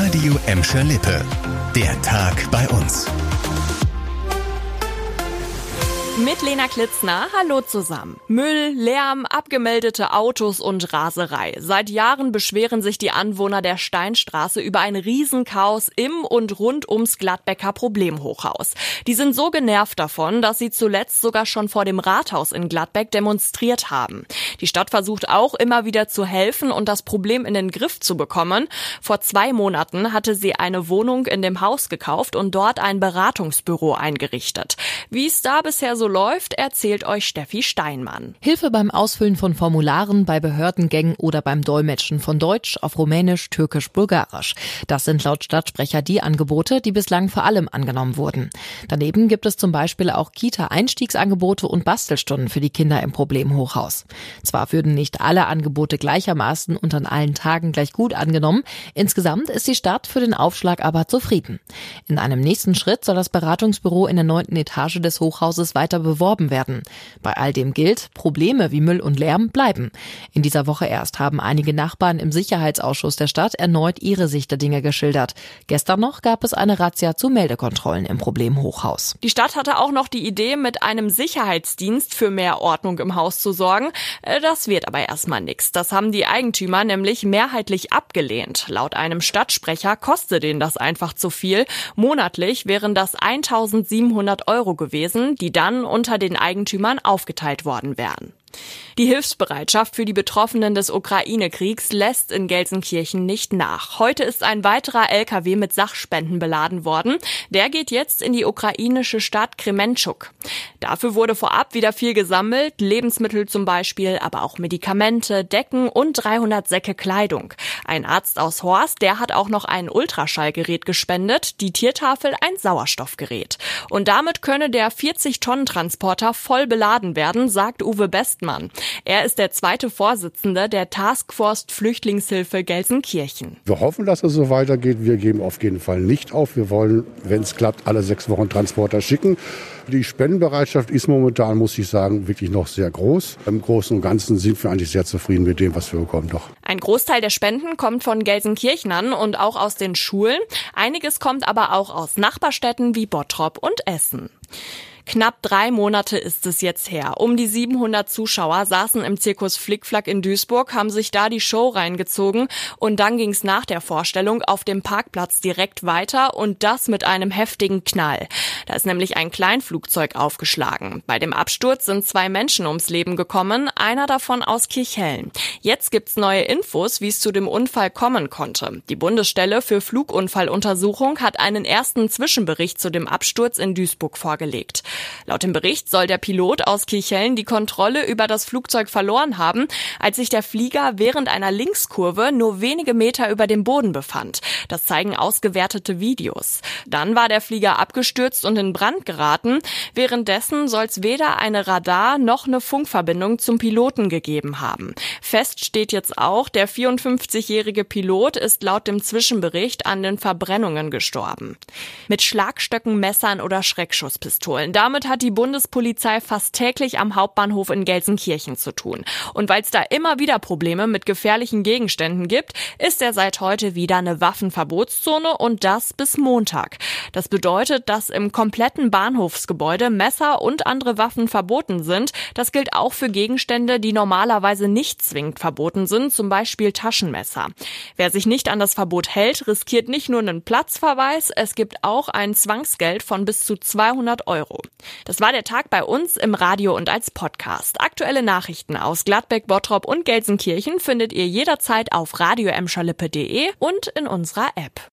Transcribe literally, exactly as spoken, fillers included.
Radio Emscher Lippe. Der Tag bei uns. Mit Lena Klitzner, hallo zusammen. Müll, Lärm, abgemeldete Autos und Raserei. Seit Jahren beschweren sich die Anwohner der Steinstraße über ein Riesenchaos im und rund ums Gladbecker Problemhochhaus. Die sind so genervt davon, dass sie zuletzt sogar schon vor dem Rathaus in Gladbeck demonstriert haben. Die Stadt versucht auch immer wieder zu helfen und das Problem in den Griff zu bekommen. Vor zwei Monaten hatte sie eine Wohnung in dem Haus gekauft und dort ein Beratungsbüro eingerichtet. Wie es da bisher so läuft, erzählt euch Steffi Steinmann. Hilfe beim Ausfüllen von Formularen, bei Behördengängen oder beim Dolmetschen von Deutsch auf Rumänisch, Türkisch, Bulgarisch. Das sind laut Stadtsprecher die Angebote, die bislang vor allem angenommen wurden. Daneben gibt es zum Beispiel auch Kita-Einstiegsangebote und Bastelstunden für die Kinder im Problemhochhaus. Zwar würden nicht alle Angebote gleichermaßen und an allen Tagen gleich gut angenommen, insgesamt ist die Stadt für den Aufschlag aber zufrieden. In einem nächsten Schritt soll das Beratungsbüro in der neunten Etage des Hochhauses weiter beworben werden. Bei all dem gilt, Probleme wie Müll und Lärm bleiben. In dieser Woche erst haben einige Nachbarn im Sicherheitsausschuss der Stadt erneut ihre Sicht der Dinge geschildert. Gestern noch gab es eine Razzia zu Meldekontrollen im Problemhochhaus. Die Stadt hatte auch noch die Idee, mit einem Sicherheitsdienst für mehr Ordnung im Haus zu sorgen. Das wird aber erstmal nichts. Das haben die Eigentümer nämlich mehrheitlich abgelehnt. Laut einem Stadtsprecher kostet denen das einfach zu viel. Monatlich wären das eintausendsiebenhundert Euro gewesen, die dann unter den Eigentümern aufgeteilt worden wären. Die Hilfsbereitschaft für die Betroffenen des Ukraine-Kriegs lässt in Gelsenkirchen nicht nach. Heute ist ein weiterer L K W mit Sachspenden beladen worden. Der geht jetzt in die ukrainische Stadt Krementschuk. Dafür wurde vorab wieder viel gesammelt, Lebensmittel zum Beispiel, aber auch Medikamente, Decken und dreihundert Säcke Kleidung. Ein Arzt aus Horst, der hat auch noch ein Ultraschallgerät gespendet, die Tiertafel ein Sauerstoffgerät. Und damit könne der vierzig-Tonnen-Transporter voll beladen werden, sagt Uwe Bestmann. Er ist der zweite Vorsitzende der Taskforce Flüchtlingshilfe Gelsenkirchen. Wir hoffen, dass es so weitergeht. Wir geben auf jeden Fall nicht auf. Wir wollen, wenn es klappt, alle sechs Wochen Transporter schicken. Die Spendenbereitschaft ist momentan, muss ich sagen, wirklich noch sehr groß. Im Großen und Ganzen sind wir eigentlich sehr zufrieden mit dem, was wir bekommen. Doch. Ein Großteil der Spenden kommt von Gelsenkirchnern und auch aus den Schulen. Einiges kommt aber auch aus Nachbarstädten wie Bottrop und Essen. Knapp drei Monate ist es jetzt her. Um die siebenhundert Zuschauer saßen im Zirkus Flickflack in Duisburg, haben sich da die Show reingezogen und dann ging's nach der Vorstellung auf dem Parkplatz direkt weiter und das mit einem heftigen Knall. Da ist nämlich ein Kleinflugzeug aufgeschlagen. Bei dem Absturz sind zwei Menschen ums Leben gekommen, einer davon aus Kirchhellen. Jetzt gibt's neue Infos, wie es zu dem Unfall kommen konnte. Die Bundesstelle für Flugunfalluntersuchung hat einen ersten Zwischenbericht zu dem Absturz in Duisburg vorgelegt. Laut dem Bericht soll der Pilot aus Kirchhellen die Kontrolle über das Flugzeug verloren haben, als sich der Flieger während einer Linkskurve nur wenige Meter über dem Boden befand. Das zeigen ausgewertete Videos. Dann war der Flieger abgestürzt und in Brand geraten. Währenddessen soll es weder eine Radar- noch eine Funkverbindung zum Piloten gegeben haben. Fest steht jetzt auch, der vierundfünfzigjährige Pilot ist laut dem Zwischenbericht an den Verbrennungen gestorben. Mit Schlagstöcken, Messern oder Schreckschusspistolen. Damit hat die Bundespolizei fast täglich am Hauptbahnhof in Gelsenkirchen zu tun. Und weil es da immer wieder Probleme mit gefährlichen Gegenständen gibt, ist er seit heute wieder eine Waffenverbotszone und das bis Montag. Das bedeutet, dass im kompletten Bahnhofsgebäude Messer und andere Waffen verboten sind. Das gilt auch für Gegenstände, die normalerweise nicht zwingend verboten sind, zum Beispiel Taschenmesser. Wer sich nicht an das Verbot hält, riskiert nicht nur einen Platzverweis, es gibt auch ein Zwangsgeld von bis zu zweihundert Euro. Das war der Tag bei uns im Radio und als Podcast. Aktuelle Nachrichten aus Gladbeck, Bottrop und Gelsenkirchen findet ihr jederzeit auf radio emscher lippe punkt de und in unserer App.